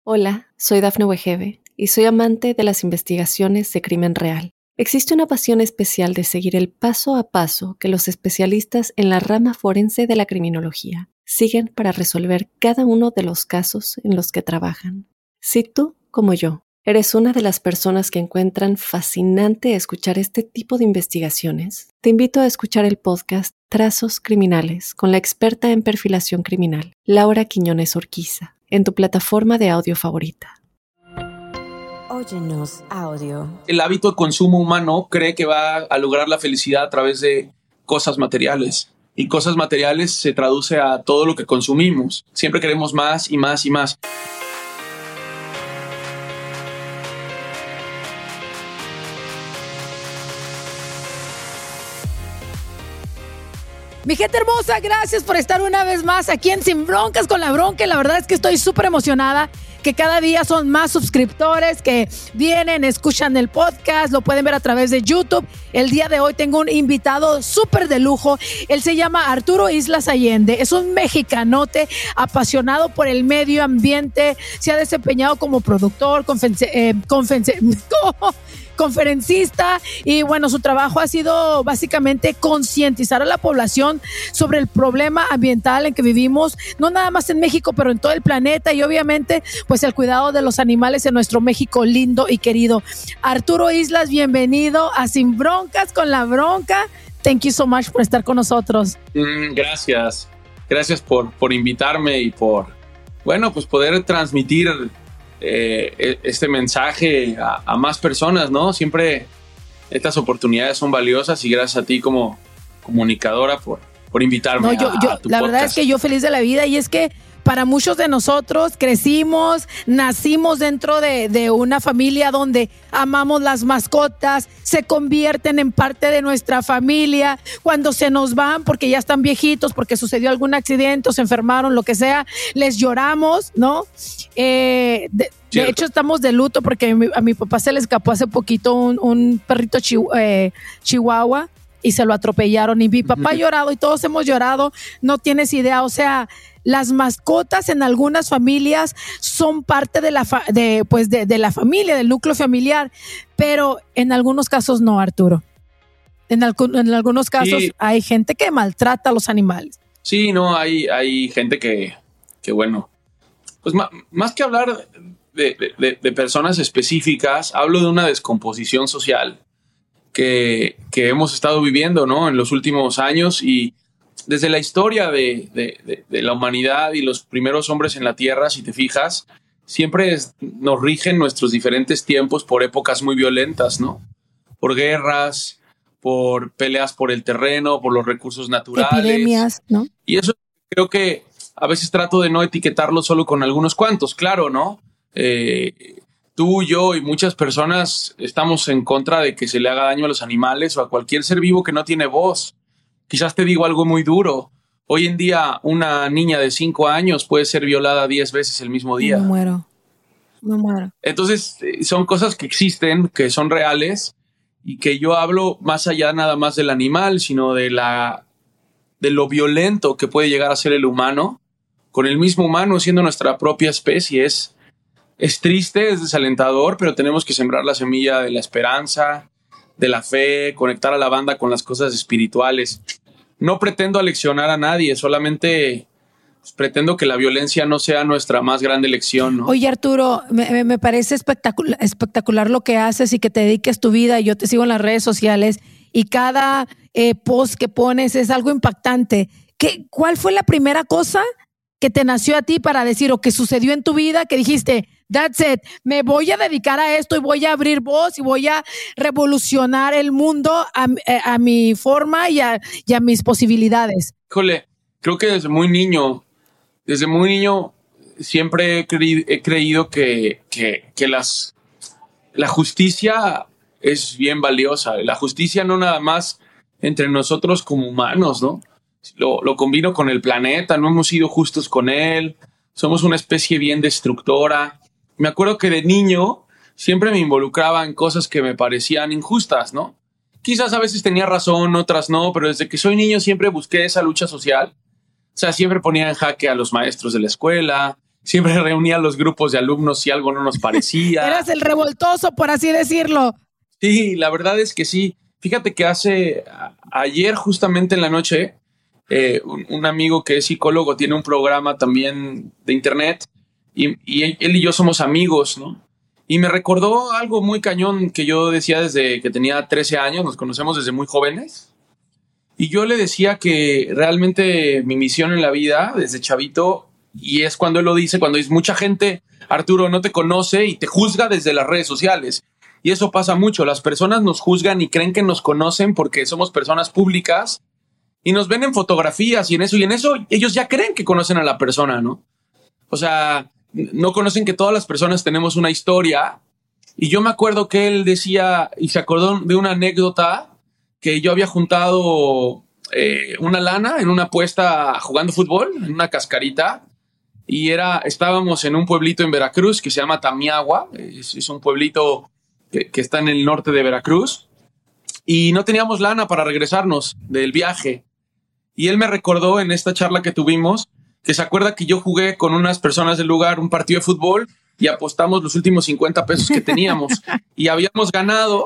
Hola, soy Dafne Wegebe y soy amante de las investigaciones de crimen real. Existe una pasión especial de seguir el paso a paso que los especialistas en la rama forense de la criminología siguen para resolver cada uno de los casos en los que trabajan. Si tú, como yo, eres una de las personas que encuentran fascinante escuchar este tipo de investigaciones, te invito a escuchar el podcast Trazos Criminales con la experta en perfilación criminal, Laura Quiñones Orquiza, en tu plataforma de audio favorita. Óyenos audio. El hábito de consumo humano cree que va a lograr la felicidad a través de cosas materiales. Y cosas materiales se traduce a todo lo que consumimos. Siempre queremos más y más y más. Mi gente hermosa, gracias por estar una vez más aquí en Sin Broncas con la Bronca. La verdad es que estoy súper emocionada que cada día son más suscriptores que vienen, escuchan el podcast, lo pueden ver a través de YouTube. El día de hoy tengo un invitado súper de lujo. Él se llama Arturo Islas Allende. Es un mexicanote apasionado por el medio ambiente. Se ha desempeñado como productor, conferencista y bueno, su trabajo ha sido básicamente concientizar a la población sobre el problema ambiental en que vivimos, no nada más en México, pero en todo el planeta y obviamente pues el cuidado de los animales en nuestro México lindo y querido. Arturo Islas, bienvenido a Sin Broncas con la Bronca. Thank you so much por estar con nosotros. Gracias. Gracias por invitarme y por, bueno, pues poder transmitir este mensaje a más personas, ¿no? Siempre estas oportunidades son valiosas y gracias a ti como comunicadora por invitarme a tu la podcast. verdad es que yo feliz de la vida y es que para muchos de nosotros crecimos, nacimos dentro de una familia donde amamos las mascotas, se convierten en parte de nuestra familia. Cuando se nos van porque ya están viejitos, porque sucedió algún accidente o se enfermaron, lo que sea, les lloramos, ¿no? De hecho, estamos de luto porque a mi papá se le escapó hace poquito un perrito chihuahua y se lo atropellaron y mi papá ha llorado y todos hemos llorado, no tienes idea, o sea, las mascotas en algunas familias son parte de la familia, del núcleo familiar, pero en algunos casos no, Arturo. En algunos casos hay gente que maltrata a los animales. Sí, no, hay gente que bueno, pues más que hablar de personas específicas, hablo de una descomposición social que hemos estado viviendo, ¿no? En los últimos años y desde la historia de la humanidad y los primeros hombres en la Tierra, si te fijas, siempre nos rigen nuestros diferentes tiempos por épocas muy violentas, ¿no? Por guerras, por peleas por el terreno, por los recursos naturales. Epidemias, ¿no? Y eso creo que a veces trato de no etiquetarlo solo con algunos cuantos, claro, ¿no? Tú, yo y muchas personas estamos en contra de que se le haga daño a los animales o a cualquier ser vivo que no tiene voz. Quizás te digo algo muy duro. Hoy en día una niña de 5 años puede ser violada 10 veces el mismo día. Me muero. Entonces son cosas que existen, que son reales y que yo hablo más allá nada más del animal, sino de lo violento que puede llegar a ser el humano con el mismo humano siendo nuestra propia especie. Es triste, es desalentador, pero tenemos que sembrar la semilla de la esperanza, de la fe, conectar a la banda con las cosas espirituales. No pretendo aleccionar a nadie, solamente pretendo que la violencia no sea nuestra más grande lección, ¿no? Oye, Arturo, me parece espectacular lo que haces y que te dediques tu vida. Yo te sigo en las redes sociales y cada post que pones es algo impactante. ¿Cuál fue la primera cosa que te nació a ti para decir o que sucedió en tu vida que dijiste, that's it, me voy a dedicar a esto y voy a abrir voz y voy a revolucionar el mundo a mi forma y a mis posibilidades? Híjole, creo que desde muy niño siempre he creído que la justicia es bien valiosa. La justicia no nada más entre nosotros como humanos, ¿no? Lo combino con el planeta, no hemos sido justos con él, somos una especie bien destructora. Me acuerdo que de niño siempre me involucraba en cosas que me parecían injustas, ¿no? Quizás a veces tenía razón, otras no, pero desde que soy niño siempre busqué esa lucha social. O sea, siempre ponía en jaque a los maestros de la escuela, siempre reunía a los grupos de alumnos si algo no nos parecía. Eras el revoltoso, por así decirlo. Sí, la verdad es que sí. Fíjate que ayer justamente en la noche, un amigo que es psicólogo tiene un programa también de internet y él y yo somos amigos, ¿no? Y me recordó algo muy cañón que yo decía desde que tenía 13 años, nos conocemos desde muy jóvenes. Y yo le decía que realmente mi misión en la vida, desde chavito, y es cuando él lo dice, cuando dice, mucha gente, Arturo, no te conoce y te juzga desde las redes sociales. Y eso pasa mucho. Las personas nos juzgan y creen que nos conocen porque somos personas públicas y nos ven en fotografías y en eso ellos ya creen que conocen a la persona, ¿no? O sea, no conocen que todas las personas tenemos una historia. Y yo me acuerdo que él decía y se acordó de una anécdota que yo había juntado una lana en una apuesta jugando fútbol, en una cascarita. Y estábamos en un pueblito en Veracruz que se llama Tamiagua. Es un pueblito que está en el norte de Veracruz. Y no teníamos lana para regresarnos del viaje. Y él me recordó en esta charla que tuvimos que se acuerda que yo jugué con unas personas del lugar un partido de fútbol y apostamos los últimos 50 pesos que teníamos. Y habíamos ganado.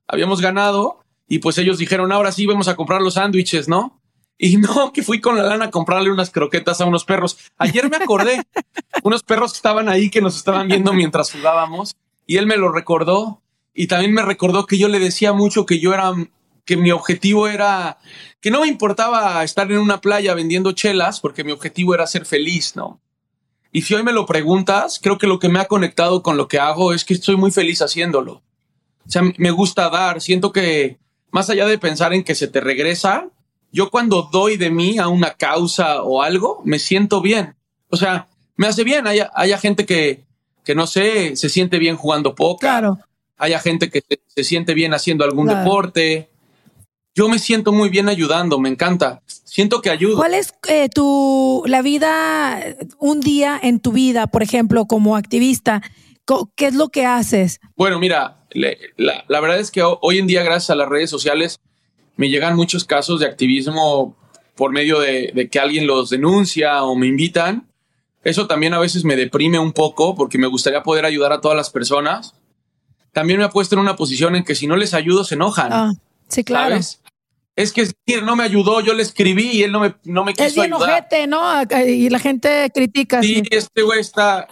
Y pues ellos dijeron, ahora sí vamos a comprar los sándwiches, ¿no? Y no, que fui con la lana a comprarle unas croquetas a unos perros. Ayer me acordé, unos perros que estaban ahí, que nos estaban viendo mientras jugábamos, y él me lo recordó. Y también me recordó que yo le decía mucho que mi objetivo era, que no me importaba estar en una playa vendiendo chelas, porque mi objetivo era ser feliz, ¿no? Y si hoy me lo preguntas, creo que lo que me ha conectado con lo que hago es que estoy muy feliz haciéndolo. O sea, me gusta dar, siento que más allá de pensar en que se te regresa, yo cuando doy de mí a una causa o algo, me siento bien. O sea, me hace bien. Haya gente que no sé, se siente bien jugando póker. Claro. Haya gente que se siente bien haciendo algún deporte. Yo me siento muy bien ayudando, me encanta. Siento que ayudo. ¿Cuál es la vida, un día en tu vida, por ejemplo, como activista? ¿Qué es lo que haces? Bueno, mira, la verdad es que hoy en día, gracias a las redes sociales, me llegan muchos casos de activismo por medio de que alguien los denuncia o me invitan. Eso también a veces me deprime un poco porque me gustaría poder ayudar a todas las personas. También me ha puesto en una posición en que si no les ayudo se enojan. Sí, claro. ¿Sabes? Es que no me ayudó, yo le escribí y él no me quiso ayudar. Es bien ojete, ¿no? Y la gente critica. Sí, este güey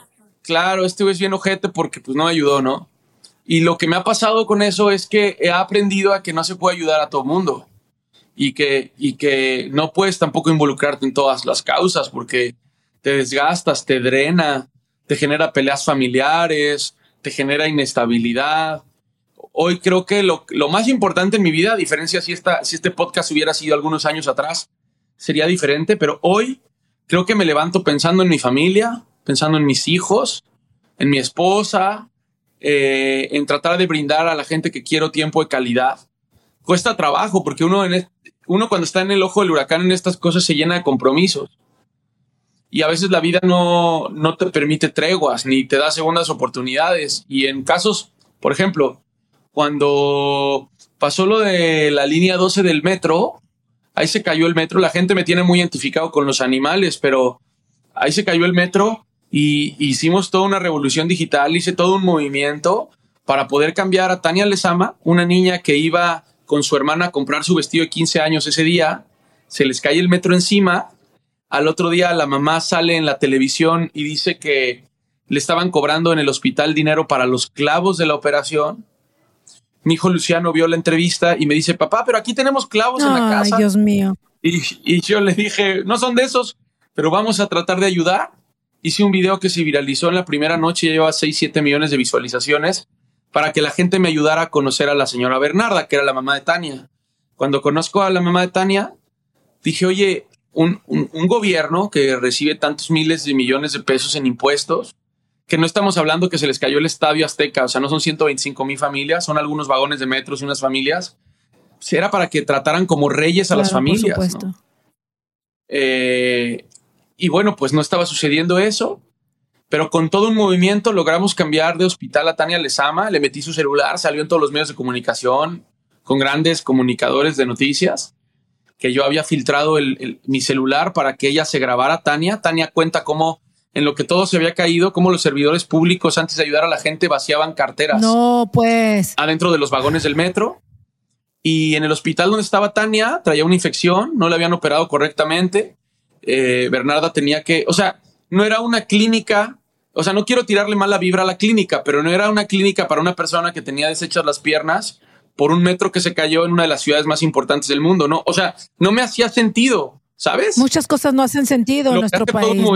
es bien ojete porque pues no me ayudó, ¿no? Y lo que me ha pasado con eso es que he aprendido a que no se puede ayudar a todo el mundo y que no puedes tampoco involucrarte en todas las causas porque te desgastas, te drena, te genera peleas familiares, te genera inestabilidad. Hoy creo que lo más importante en mi vida, a diferencia si este podcast hubiera sido algunos años atrás, sería diferente, pero hoy creo que me levanto pensando en mi familia, pensando en mis hijos, en mi esposa, en tratar de brindar a la gente que quiero tiempo de calidad. Cuesta trabajo porque uno cuando está en el ojo del huracán en estas cosas se llena de compromisos. Y a veces la vida no te permite treguas ni te da segundas oportunidades. Y en casos, por ejemplo, cuando pasó lo de la línea 12 del metro, ahí se cayó el metro. La gente me tiene muy identificado con los animales, pero ahí se cayó el metro y hicimos toda una revolución digital. Hice todo un movimiento para poder cambiar a Tania Lezama, una niña que iba con su hermana a comprar su vestido de 15 años ese día. Se les cae el metro encima. Al otro día la mamá sale en la televisión y dice que le estaban cobrando en el hospital dinero para los clavos de la operación. Mi hijo Luciano vio la entrevista y me dice, papá, pero aquí tenemos clavos en la casa. Ay, Dios mío. Y yo le dije, no son de esos, pero vamos a tratar de ayudar. Hice un video que se viralizó en la primera noche y lleva 6-7 millones de visualizaciones para que la gente me ayudara a conocer a la señora Bernarda, que era la mamá de Tania. Cuando conozco a la mamá de Tania, dije, oye, un gobierno que recibe tantos miles de millones de pesos en impuestos, que no estamos hablando que se les cayó el Estadio Azteca, o sea, no son 125,000 familias, son algunos vagones de metros y unas familias. Era para que trataran como reyes a las familias, por supuesto, ¿no? Y bueno, pues no estaba sucediendo eso, pero con todo un movimiento logramos cambiar de hospital a Tania Lezama. Le metí su celular, salió en todos los medios de comunicación, con grandes comunicadores de noticias, que yo había filtrado mi celular para que ella se grabara. Tania cuenta cómo en lo que todo se había caído, cómo los servidores públicos, antes de ayudar a la gente, vaciaban carteras. No, pues. Adentro de los vagones del metro. Y en el hospital donde estaba Tania, traía una infección, no la habían operado correctamente. Bernarda tenía que, o sea, no era una clínica, o sea, no quiero tirarle mala vibra a la clínica, pero no era una clínica para una persona que tenía deshechas las piernas por un metro que se cayó en una de las ciudades más importantes del mundo, ¿no? O sea, no me hacía sentido, ¿sabes? Muchas cosas no hacen sentido en nuestro país, ¿no?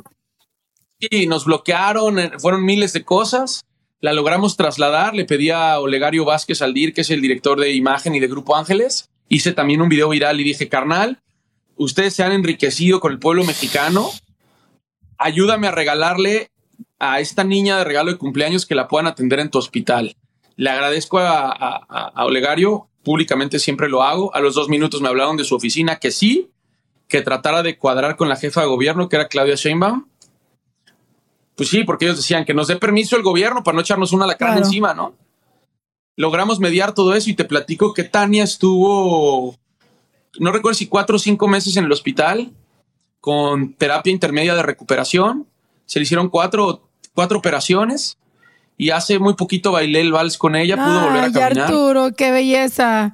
Y nos bloquearon, fueron miles de cosas. La logramos trasladar, le pedí a Olegario Vázquez Aldir, que es el director de imagen y de Grupo Ángeles. Hice también un video viral y dije, carnal, ustedes se han enriquecido con el pueblo mexicano. Ayúdame a regalarle a esta niña de regalo de cumpleaños que la puedan atender en tu hospital. Le agradezco a Olegario, públicamente siempre lo hago. A los 2 minutos me hablaron de su oficina, que sí, que tratara de cuadrar con la jefa de gobierno, que era Claudia Sheinbaum. Pues sí, porque ellos decían que nos dé permiso el gobierno para no echarnos una lacrán encima, ¿no? Logramos mediar todo eso y te platico que Tania estuvo, no recuerdo si 4 o 5 meses en el hospital con terapia intermedia de recuperación. Se le hicieron 4 operaciones y hace muy poquito bailé el vals con ella, pudo volver a caminar. Arturo, qué belleza.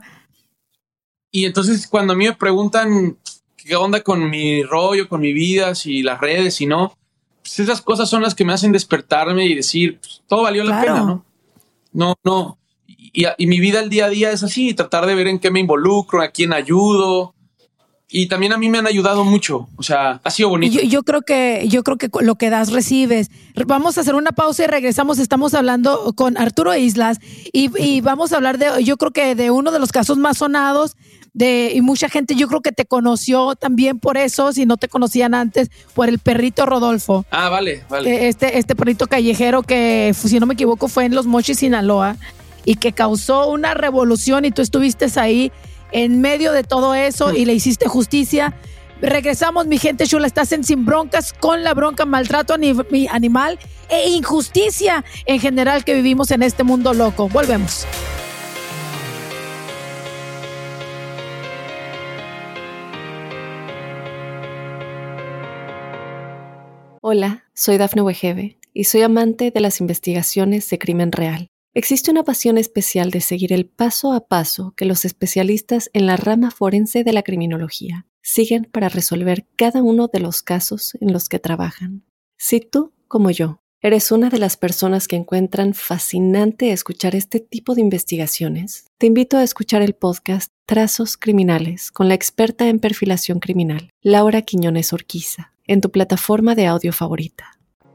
Y entonces cuando a mí me preguntan qué onda con mi rollo, con mi vida, si las redes, si no, pues esas cosas son las que me hacen despertarme y decir, pues, todo valió la pena, ¿no? No. Y mi vida el día a día es así, tratar de ver en qué me involucro, a quién ayudo. Y también a mí me han ayudado mucho. O sea, ha sido bonito. Yo creo que lo que das, recibes. Vamos a hacer una pausa y regresamos. Estamos hablando con Arturo Islas y vamos a hablar yo creo que de uno de los casos más sonados y mucha gente yo creo que te conoció también por eso, si no te conocían antes, por el perrito Rodolfo. Ah, vale. Este perrito callejero que, si no me equivoco, fue en Los Mochis, Sinaloa, y que causó una revolución y tú estuviste ahí en medio de todo eso y le hiciste justicia. Regresamos, mi gente chula, estás en Sin Broncas, con la bronca, maltrato animal e injusticia en general que vivimos en este mundo loco. Volvemos. Hola, soy Dafne Wegebe y soy amante de las investigaciones de crimen real. Existe una pasión especial de seguir el paso a paso que los especialistas en la rama forense de la criminología siguen para resolver cada uno de los casos en los que trabajan. Si tú, como yo, eres una de las personas que encuentran fascinante escuchar este tipo de investigaciones, te invito a escuchar el podcast Trazos Criminales con la experta en perfilación criminal, Laura Quiñones Orquiza, en tu plataforma de audio favorita.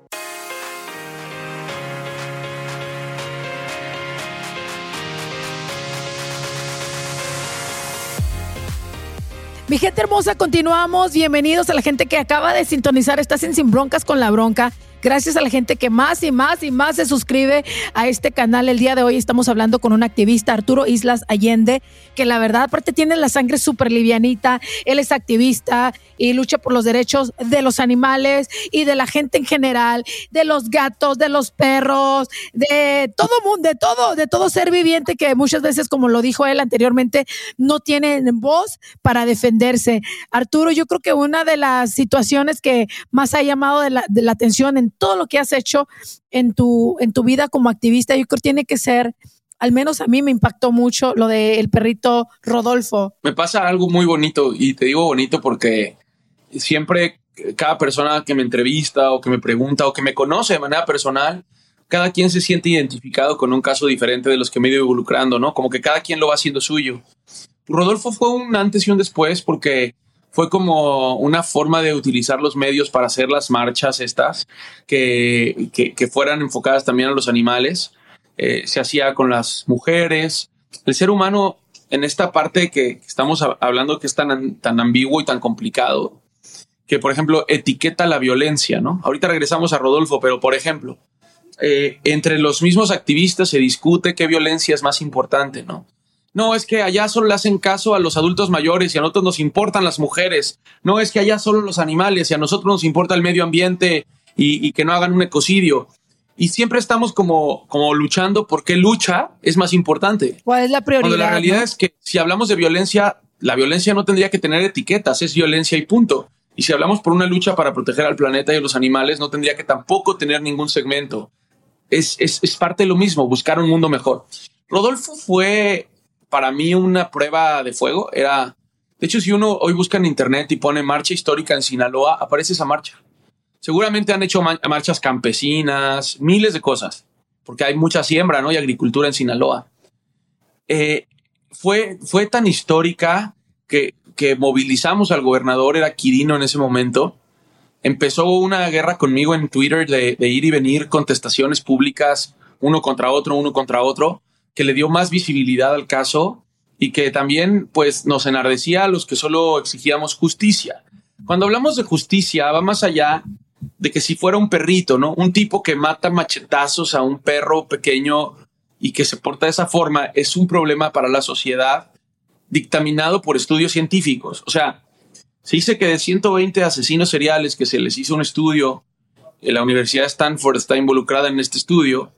Mi gente hermosa, continuamos. Bienvenidos a la gente que acaba de sintonizar. Estás en Sin Broncas con la Bronca. Gracias a la gente que más y más se suscribe a este canal. El día de hoy estamos hablando con un activista, Arturo Islas Allende, que la verdad, aparte tiene la sangre súper livianita. Él es activista y lucha por los derechos de los animales y de la gente en general, de los gatos, de los perros, de todo mundo, de todo ser viviente que muchas veces, como lo dijo él anteriormente, no tienen voz para defenderse. Arturo, yo creo que una de las situaciones que más ha llamado de la atención en todo lo que has hecho en tu vida como activista, yo creo que tiene que ser, al menos a mí me impactó mucho lo del perrito Rodolfo. Me pasa algo muy bonito, y te digo bonito porque siempre cada persona que me entrevista o que me pregunta o que me conoce de manera personal, cada quien se siente identificado con un caso diferente de los que me he ido involucrando, ¿no? Como que cada quien lo va haciendo suyo. Rodolfo fue un antes y un después porque fue como una forma de utilizar los medios para hacer las marchas estas que fueran enfocadas también a los animales. Se hacía con las mujeres. El ser humano, en esta parte que estamos hablando, que es tan ambiguo y tan complicado, que por ejemplo etiqueta la violencia, ¿no? Ahorita regresamos a Rodolfo, pero por ejemplo, entre los mismos activistas se discute qué violencia es más importante, ¿no? No, es que allá solo le hacen caso a los adultos mayores y a nosotros nos importan las mujeres. No, es que allá solo los animales y a nosotros nos importa el medio ambiente y que no hagan un ecocidio. Y siempre estamos como luchando por qué lucha es más importante. ¿Cuál es la prioridad? Cuando la realidad es que si hablamos de violencia, la violencia no tendría que tener etiquetas, es violencia y punto. Y si hablamos por una lucha para proteger al planeta y a los animales, no tendría que tampoco tener ningún segmento. Es parte de lo mismo, buscar un mundo mejor. Rodolfo fue para mí una prueba de fuego. De hecho, si uno hoy busca en internet y pone marcha histórica en Sinaloa, aparece esa marcha. Seguramente han hecho marchas campesinas, miles de cosas, porque hay mucha siembra, ¿no? Y agricultura en Sinaloa. Fue tan histórica que movilizamos al gobernador, era Quirino en ese momento. Empezó una guerra conmigo en Twitter de ir y venir, contestaciones públicas, uno contra otro, que le dio más visibilidad al caso y que también pues nos enardecía a los que solo exigíamos justicia. Cuando hablamos de justicia va más allá de que si fuera un perrito, ¿no? Un tipo que mata machetazos a un perro pequeño y que se porta de esa forma es un problema para la sociedad dictaminado por estudios científicos. O sea, se dice que de 120 asesinos seriales que se les hizo un estudio, la Universidad de Stanford está involucrada en este estudio,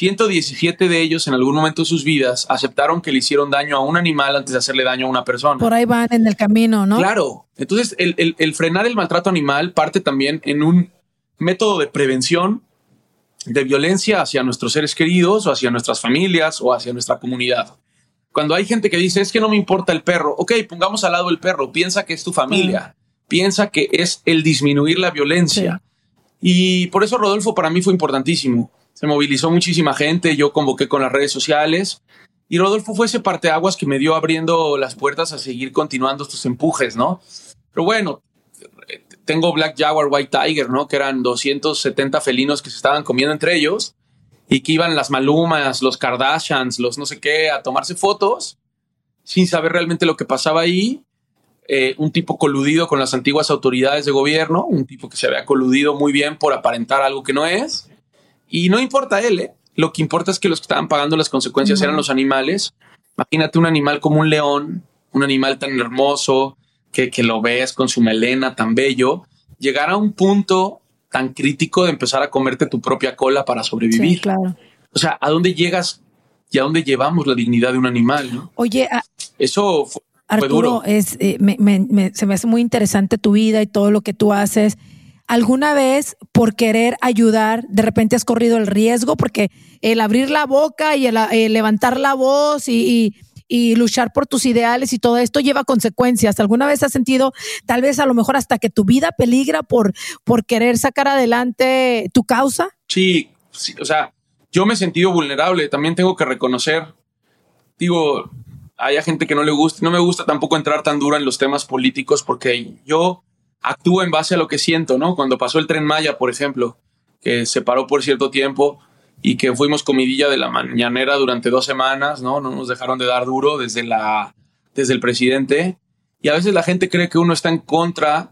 117 de ellos en algún momento de sus vidas aceptaron que le hicieron daño a un animal antes de hacerle daño a una persona. Por ahí van en el camino, ¿no? Claro. Entonces, el frenar el maltrato animal parte también en un método de prevención de violencia hacia nuestros seres queridos o hacia nuestras familias o hacia nuestra comunidad. Cuando hay gente que dice, es que no me importa el perro, ok, pongamos al lado el perro, piensa que es tu familia, piensa que es el disminuir la violencia. Sí. Y por eso Rodolfo para mí fue importantísimo. Se movilizó muchísima gente, yo convoqué con las redes sociales y Rodolfo fue ese parteaguas que me dio abriendo las puertas a seguir continuando estos empujes, ¿no? Pero bueno, tengo Black Jaguar, White Tiger, ¿no? Que eran 270 felinos que se estaban comiendo entre ellos y que iban las Malumas, los Kardashians, los no sé qué, a tomarse fotos sin saber realmente lo que pasaba ahí. Un tipo coludido con las antiguas autoridades de gobierno, un tipo que se había coludido muy bien por aparentar algo que no es. Y no importa él, lo que importa es que los que estaban pagando las consecuencias eran los animales. Imagínate un animal como un león, un animal tan hermoso que lo ves con su melena tan bello, llegar a un punto tan crítico de empezar a comerte tu propia cola para sobrevivir. Sí, claro. O sea, ¿a dónde llegas y a dónde llevamos la dignidad de un animal, ¿no? Oye, eso fue Arturo, duro. Se me hace muy interesante tu vida y todo lo que tú haces. ¿Alguna vez por querer ayudar de repente has corrido el riesgo? Porque el abrir la boca y el levantar la voz y luchar por tus ideales y todo esto lleva consecuencias. ¿Alguna vez has sentido tal vez a lo mejor hasta que tu vida peligra por querer sacar adelante tu causa? Sí, o sea, yo me he sentido vulnerable. También tengo que reconocer, digo, hay gente que no le gusta. No me gusta tampoco entrar tan duro en los temas políticos porque yo actúo en base a lo que siento, ¿no? Cuando pasó el Tren Maya, por ejemplo, que se paró por cierto tiempo y que fuimos comidilla de la mañanera durante 2 semanas, ¿no? No nos dejaron de dar duro desde el presidente. Y a veces la gente cree que uno está en contra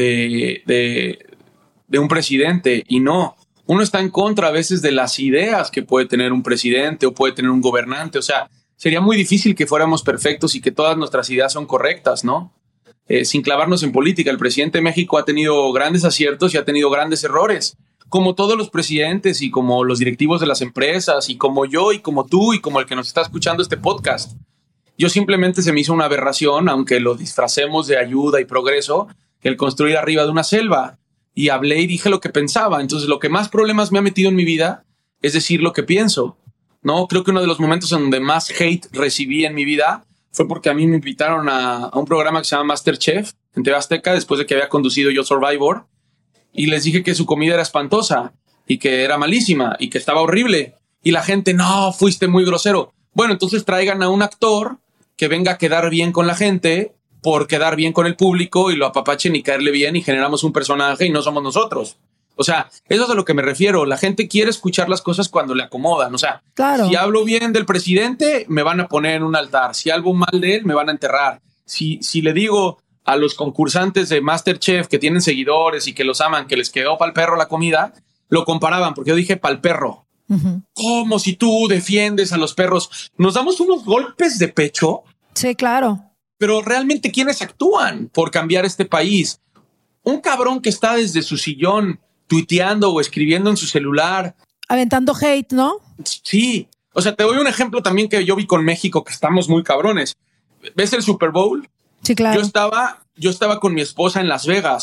de un presidente y no. Uno está en contra a veces de las ideas que puede tener un presidente o puede tener un gobernante. O sea, sería muy difícil que fuéramos perfectos y que todas nuestras ideas son correctas, ¿no? Sin clavarnos en política. El presidente de México ha tenido grandes aciertos y ha tenido grandes errores, como todos los presidentes y como los directivos de las empresas y como yo y como tú y como el que nos está escuchando este podcast. Yo simplemente se me hizo una aberración, aunque lo disfracemos de ayuda y progreso, el construir arriba de una selva. Y hablé y dije lo que pensaba. Entonces lo que más problemas me ha metido en mi vida es decir lo que pienso, ¿no? Creo que uno de los momentos en donde más hate recibí en mi vida fue porque a mí me invitaron a un programa que se llama MasterChef en TV Azteca después de que había conducido yo Survivor. Y les dije que su comida era espantosa y que era malísima y que estaba horrible. Y la gente, no, fuiste muy grosero. Bueno, entonces traigan a un actor que venga a quedar bien con la gente por quedar bien con el público y lo apapachen y caerle bien y generamos un personaje y no somos nosotros. O sea, eso es a lo que me refiero. La gente quiere escuchar las cosas cuando le acomodan. O sea, claro. Si hablo bien del presidente, me van a poner en un altar. Si hablo mal de él, me van a enterrar. Si le digo a los concursantes de MasterChef que tienen seguidores y que los aman, que les quedó pa'l perro la comida, lo comparaban porque yo dije pa'l perro. Uh-huh. Como si tú defiendes a los perros. Nos damos unos golpes de pecho. Sí, claro. Pero realmente, ¿quiénes actúan por cambiar este país? Un cabrón que está desde su sillón tuiteando o escribiendo en su celular. Aventando hate, ¿no? Sí. O sea, te doy un ejemplo también que yo vi con México, que estamos muy cabrones. ¿Ves el Super Bowl? Sí, claro. Yo estaba con mi esposa en Las Vegas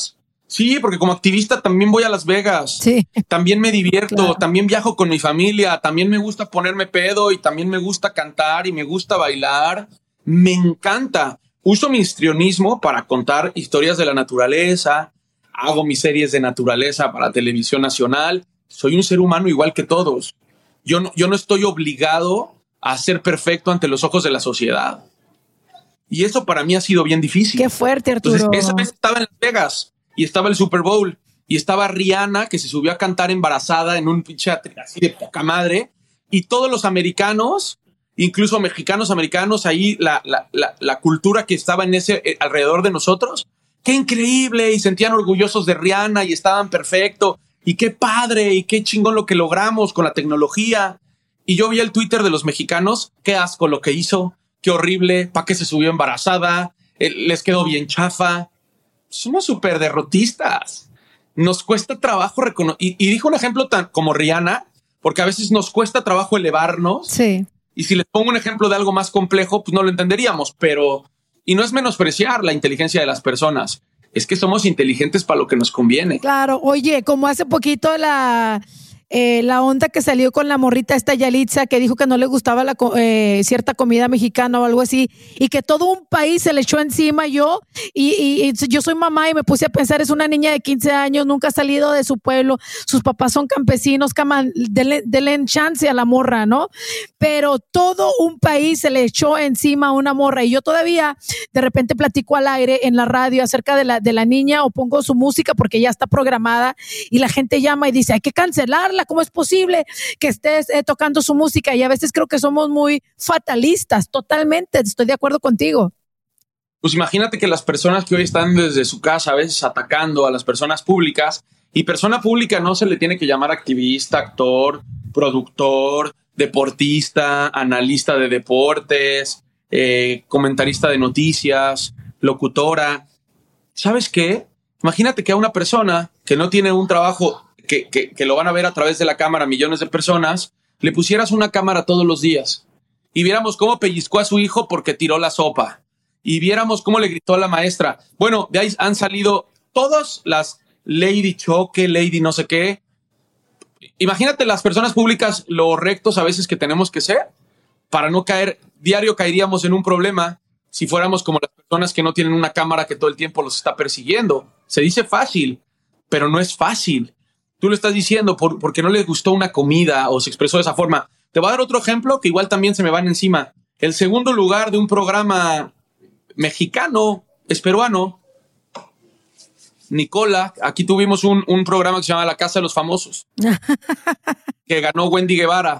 Sí, porque como activista también voy a Las Vegas. Sí. También me divierto, Claro. también viajo con mi familia, también me gusta ponerme pedo y también me gusta cantar y me gusta bailar. Me encanta. Uso mi histrionismo para contar historias de la naturaleza. Hago mis series de naturaleza para televisión nacional. Soy un ser humano igual que todos. Yo no estoy obligado a ser perfecto ante los ojos de la sociedad. Y eso para mí ha sido bien difícil. Qué fuerte, Arturo. Entonces, esa vez estaba en Las Vegas y estaba el Super Bowl y estaba Rihanna, que se subió a cantar embarazada en un pinche así de poca madre, y todos los americanos, incluso mexicanos americanos, ahí la cultura que estaba en ese alrededor de nosotros, qué increíble, y sentían orgullosos de Rihanna y estaban perfecto, y qué padre y qué chingón lo que logramos con la tecnología. Y yo vi el Twitter de los mexicanos, qué asco lo que hizo, qué horrible, para qué se subió embarazada, les quedó bien chafa. Somos súper derrotistas. Nos cuesta trabajo reconocer. Y dijo un ejemplo tan como Rihanna, porque a veces nos cuesta trabajo elevarnos. Sí. Y si les pongo un ejemplo de algo más complejo, pues no lo entenderíamos. Pero, y no es menospreciar la inteligencia de las personas, es que somos inteligentes para lo que nos conviene. Claro. Oye, como hace poquito la onda que salió con la morrita esta Yalitza, que dijo que no le gustaba cierta comida mexicana o algo así, y que todo un país se le echó encima. Yo soy mamá y me puse a pensar, es una niña de 15 años, nunca ha salido de su pueblo, sus papás son campesinos, denle chance a la morra, ¿no? Pero todo un país se le echó encima a una morra, y yo todavía de repente platico al aire en la radio acerca de la niña, o pongo su música porque ya está programada, y la gente llama y dice, hay que cancelarla. ¿Cómo es posible que estés tocando su música? Y a veces creo que somos muy fatalistas. Totalmente, estoy de acuerdo contigo. Pues imagínate que las personas que hoy están desde su casa a veces atacando a las personas públicas, y persona pública no se le tiene que llamar activista, actor, productor, deportista, analista de deportes, comentarista de noticias, locutora. ¿Sabes qué? Imagínate que a una persona que no tiene un trabajo que lo van a ver a través de la cámara millones de personas, le pusieras una cámara todos los días y viéramos cómo pellizcó a su hijo porque tiró la sopa, y viéramos cómo le gritó a la maestra. Bueno, de ahí han salido todas las Lady Choque, Lady no sé qué. Imagínate las personas públicas, lo rectos a veces que tenemos que ser para no caer. Diario caeríamos en un problema si fuéramos como las personas que no tienen una cámara que todo el tiempo los está persiguiendo. Se dice fácil, pero no es fácil. Tú lo estás diciendo porque no les gustó una comida o se expresó de esa forma. Te voy a dar otro ejemplo que igual también se me van encima. El segundo lugar de un programa mexicano, es peruano, Nicola. Aquí tuvimos un programa que se llama La Casa de los Famosos, que ganó Wendy Guevara.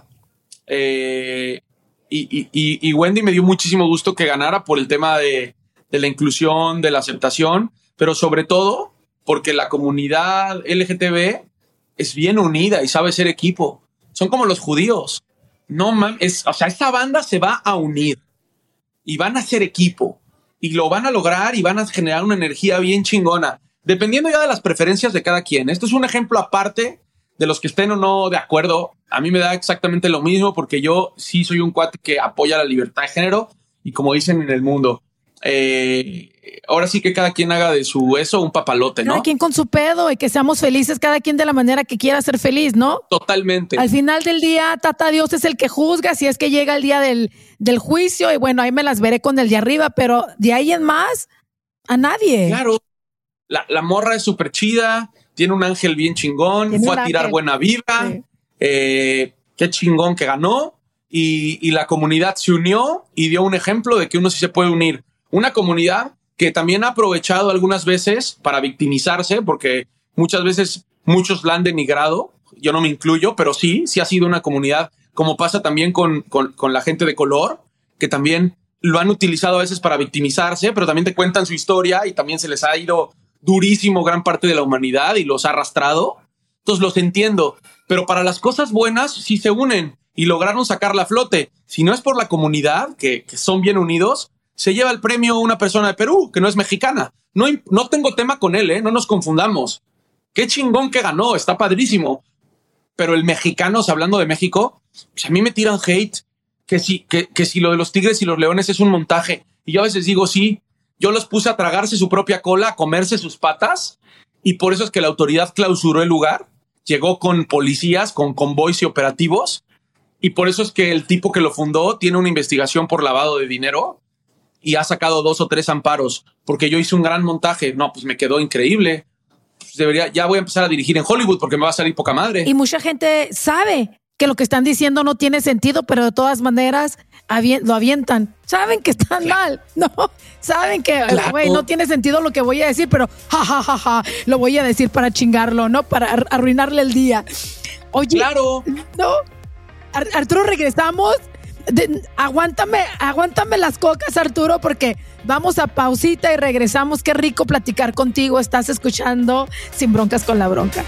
Y Wendy me dio muchísimo gusto que ganara por el tema de la inclusión, de la aceptación, pero sobre todo porque la comunidad LGTB es bien unida y sabe ser equipo. Son como los judíos. No mames, o sea, esta banda se va a unir y van a ser equipo y lo van a lograr y van a generar una energía bien chingona, dependiendo ya de las preferencias de cada quien. Esto es un ejemplo aparte de los que estén o no de acuerdo. A mí me da exactamente lo mismo porque yo sí soy un cuate que apoya la libertad de género y, como dicen en el mundo, ahora sí que cada quien haga de su eso un papalote, ¿no? Cada quien con su pedo, y que seamos felices, cada quien de la manera que quiera ser feliz, ¿no? Totalmente. Al final del día, tata Dios es el que juzga, si es que llega el día del juicio, y bueno, ahí me las veré con el de arriba, pero de ahí en más, a nadie. Claro, la morra es súper chida, tiene un ángel bien chingón, fue a tirar buena vibra, sí. Qué chingón que ganó, y la comunidad se unió y dio un ejemplo de que uno sí se puede unir. Una comunidad que también ha aprovechado algunas veces para victimizarse, porque muchas veces muchos la han denigrado. Yo no me incluyo, pero sí ha sido una comunidad, como pasa también con la gente de color, que también lo han utilizado a veces para victimizarse, pero también te cuentan su historia y también se les ha ido durísimo gran parte de la humanidad y los ha arrastrado. Entonces los entiendo, pero para las cosas buenas sí se unen y lograron sacarla a flote. Si no es por la comunidad, que son bien unidos, se lleva el premio una persona de Perú, que no es mexicana. No tengo tema con él, no nos confundamos. Qué chingón que ganó, está padrísimo. Pero el mexicano, hablando de México, pues a mí me tiran hate, que si lo de los tigres y los leones es un montaje. Y yo a veces digo, sí, yo los puse a tragarse su propia cola, a comerse sus patas, y por eso es que la autoridad clausuró el lugar, llegó con policías, con convoys y operativos, y por eso es que el tipo que lo fundó tiene una investigación por lavado de dinero y ha sacado 2 o 3 amparos, porque yo hice un gran montaje. No, pues me quedó increíble. Pues ya voy a empezar a dirigir en Hollywood porque me va a salir poca madre. Y mucha gente sabe que lo que están diciendo no tiene sentido, pero de todas maneras lo avientan. Saben que están mal, ¿no? Saben que, güey, no tiene sentido lo que voy a decir, pero lo voy a decir para chingarlo, ¿no? Para arruinarle el día. Oye, claro. No, Arturo, regresamos. Aguántame las cocas, Arturo, porque vamos a pausita y regresamos. Qué rico platicar contigo. Estás escuchando Sin Broncas con la Bronca.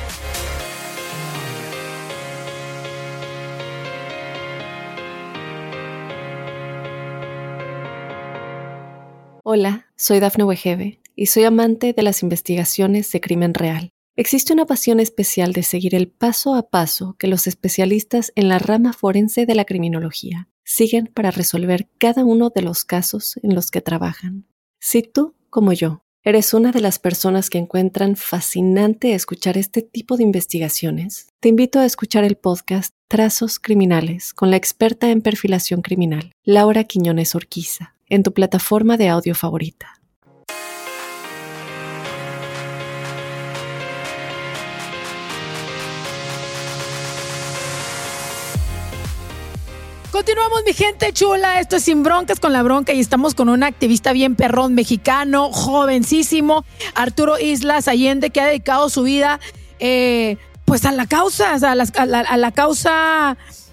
Hola, soy Dafne Wegebe y soy amante de las investigaciones de crimen real. Existe una pasión especial de seguir el paso a paso que los especialistas en la rama forense de la criminología siguen para resolver cada uno de los casos en los que trabajan. Si tú, como yo, eres una de las personas que encuentran fascinante escuchar este tipo de investigaciones, te invito a escuchar el podcast Trazos Criminales con la experta en perfilación criminal, Laura Quiñones Orquiza, en tu plataforma de audio favorita. Continuamos, mi gente chula. Esto es Sin Broncas con la Bronca y estamos con un activista bien perrón mexicano, jovencísimo, Arturo Islas Allende, que ha dedicado su vida pues a la causa, a la causa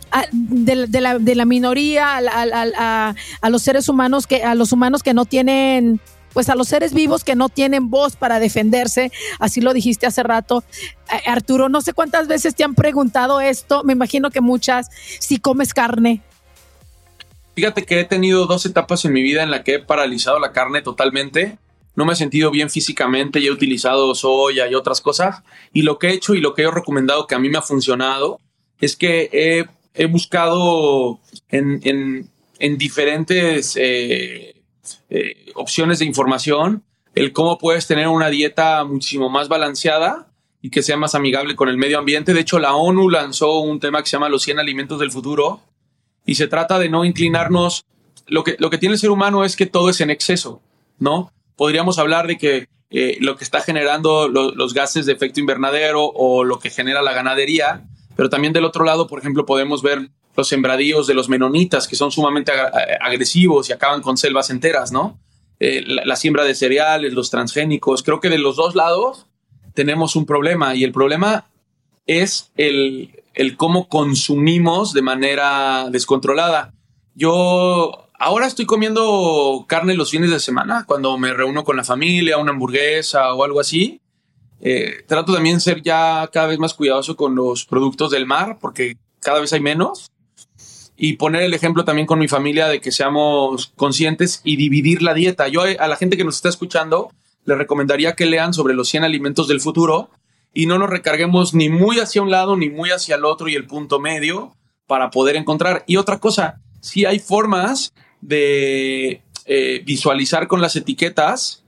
de la minoría, a los seres humanos, a los humanos que no tienen, pues a los seres vivos que no tienen voz para defenderse. Así lo dijiste hace rato. Arturo, no sé cuántas veces te han preguntado esto, me imagino que muchas, si comes carne. Fíjate que he tenido 2 etapas en mi vida en la que he paralizado la carne totalmente. No me he sentido bien físicamente y he utilizado soya y otras cosas. Y lo que he hecho y lo que he recomendado que a mí me ha funcionado es que he buscado en diferentes opciones de información el cómo puedes tener una dieta muchísimo más balanceada y que sea más amigable con el medio ambiente. De hecho, la ONU lanzó un tema que se llama los 100 alimentos del futuro y se trata de no inclinarnos. Lo que tiene el ser humano es que todo es en exceso, ¿no? Podríamos hablar de que lo que está generando los gases de efecto invernadero o lo que genera la ganadería, pero también del otro lado, por ejemplo, podemos ver los sembradíos de los menonitas, que son sumamente agresivos y acaban con selvas enteras, ¿no? La siembra de cereales, los transgénicos. Creo que de los 2 lados tenemos un problema, y el problema es el cómo consumimos de manera descontrolada. Yo ahora estoy comiendo carne los fines de semana, cuando me reúno con la familia, una hamburguesa o algo así. Trato también de ser ya cada vez más cuidadoso con los productos del mar, porque cada vez hay menos. Y poner el ejemplo también con mi familia de que seamos conscientes y dividir la dieta. Yo a la gente que nos está escuchando le recomendaría que lean sobre los 100 alimentos del futuro y no nos recarguemos ni muy hacia un lado ni muy hacia el otro y el punto medio para poder encontrar. Y otra cosa, sí hay formas de visualizar con las etiquetas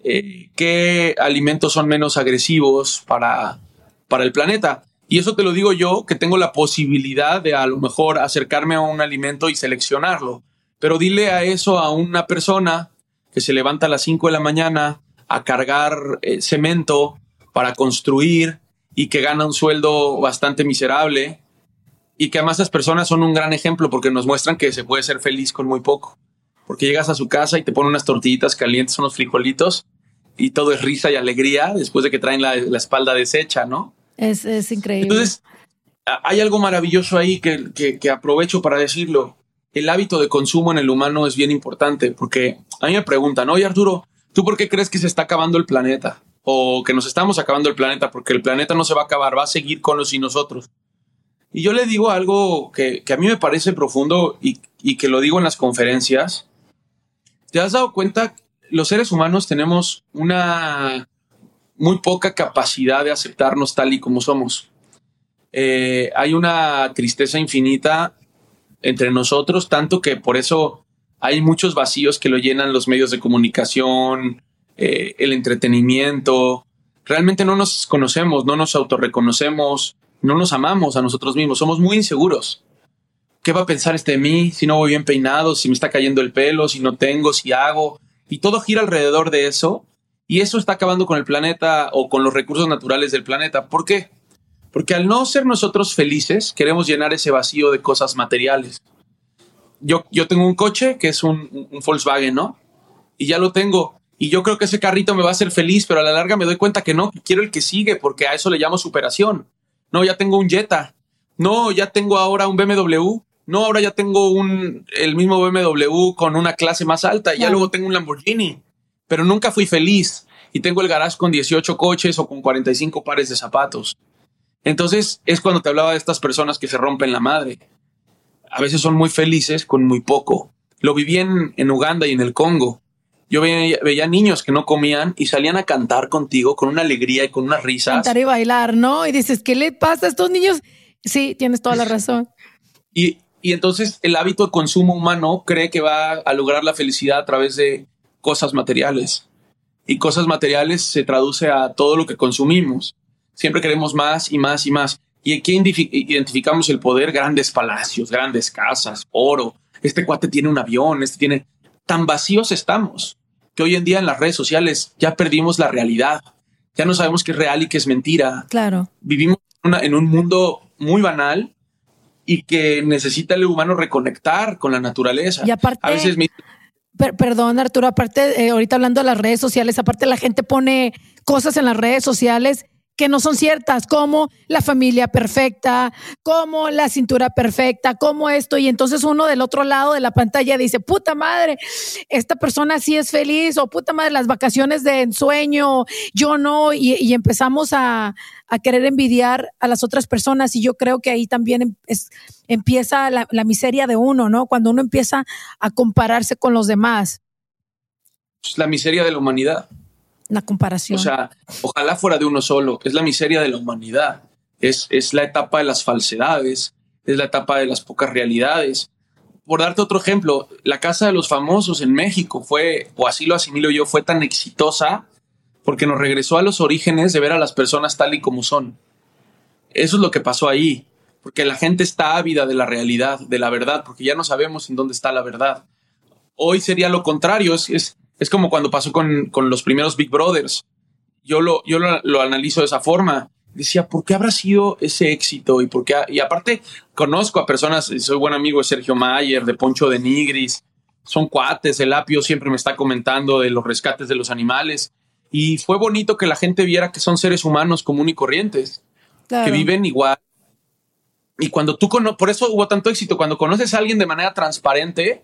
qué alimentos son menos agresivos para el planeta. Y eso te lo digo yo, que tengo la posibilidad de a lo mejor acercarme a un alimento y seleccionarlo. Pero dile a eso a una persona que se levanta a las 5 de la mañana a cargar cemento para construir y que gana un sueldo bastante miserable, y que además esas personas son un gran ejemplo porque nos muestran que se puede ser feliz con muy poco. Porque llegas a su casa y te ponen unas tortillitas calientes, unos frijolitos, y todo es risa y alegría después de que traen la espalda deshecha, ¿no? Es increíble. Entonces, hay algo maravilloso ahí que aprovecho para decirlo. El hábito de consumo en el humano es bien importante, porque a mí me preguntan, oye Arturo, ¿tú por qué crees que se está acabando el planeta? O que nos estamos acabando el planeta, porque el planeta no se va a acabar, va a seguir con los y nosotros. Y yo le digo algo que a mí me parece profundo y que lo digo en las conferencias. ¿Te has dado cuenta? Los seres humanos tenemos una muy poca capacidad de aceptarnos tal y como somos. Hay una tristeza infinita entre nosotros, tanto que por eso hay muchos vacíos que lo llenan los medios de comunicación, el entretenimiento. realmente no nos conocemos, no nos autorreconocemos, no nos amamos a nosotros mismos, somos muy inseguros. ¿Qué va a pensar de mí si no voy bien peinado, si me está cayendo el pelo, si no tengo, si hago? Y todo gira alrededor de eso, y eso está acabando con el planeta o con los recursos naturales del planeta. ¿Por qué? Porque al no ser nosotros felices, queremos llenar ese vacío de cosas materiales. Yo tengo un coche que es un Volkswagen, ¿no? Y ya lo tengo. Y yo creo que ese carrito me va a hacer feliz, pero a la larga me doy cuenta que no, que quiero el que sigue, porque a eso le llamo superación. No, ya tengo un Jetta. No, ya tengo ahora un BMW. No, ahora ya tengo el mismo BMW con una clase más alta. Ya luego tengo un Lamborghini. Pero nunca fui feliz. Y tengo el garage con 18 coches o con 45 pares de zapatos. Entonces es cuando te hablaba de estas personas que se rompen la madre. A veces son muy felices con muy poco. Lo viví en Uganda y en el Congo. Yo veía niños que no comían y salían a cantar contigo con una alegría y con unas risas. Cantar y bailar, ¿no? Y dices, ¿qué le pasa a estos niños? Sí, tienes toda la razón. Y entonces el hábito de consumo humano cree que va a lograr la felicidad a través de cosas materiales. Y cosas materiales se traduce a todo lo que consumimos. Siempre queremos más y más y más. Y aquí identificamos el poder: grandes palacios, grandes casas, oro. Este cuate tiene un avión, tiene... Tan vacíos estamos que hoy en día en las redes sociales ya perdimos la realidad. Ya no sabemos qué es real y qué es mentira. Claro. Vivimos en un mundo muy banal y que necesita el humano reconectar con la naturaleza. Y aparte, a veces perdón, Arturo, aparte, ahorita hablando de las redes sociales, aparte la gente pone cosas en las redes sociales que no son ciertas, como la familia perfecta, como la cintura perfecta, como esto, y entonces uno del otro lado de la pantalla dice, puta madre, esta persona sí es feliz, o puta madre, las vacaciones de ensueño, yo no, y empezamos a querer envidiar a las otras personas, y yo creo que ahí también empieza la miseria de uno, ¿no? Cuando uno empieza a compararse con los demás. Pues la miseria de la humanidad. La comparación. O sea, ojalá fuera de uno solo. Es la miseria de la humanidad. Es la etapa de las falsedades. Es la etapa de las pocas realidades. Por darte otro ejemplo, la Casa de los Famosos en México fue, o así lo asimilo yo, fue tan exitosa porque nos regresó a los orígenes de ver a las personas tal y como son. Eso es lo que pasó ahí. Porque la gente está ávida de la realidad, de la verdad, porque ya no sabemos en dónde está la verdad. Hoy sería lo contrario. Es como cuando pasó con los primeros Big Brothers. Yo lo analizo de esa forma. Decía, ¿por qué habrá sido ese éxito? Y aparte, conozco a personas, soy buen amigo de Sergio Mayer, de Poncho de Nigris, son cuates, el Apio siempre me está comentando de los rescates de los animales. Y fue bonito que la gente viera que son seres humanos común y corrientes, claro, que viven igual. Y cuando por eso hubo tanto éxito, cuando conoces a alguien de manera transparente,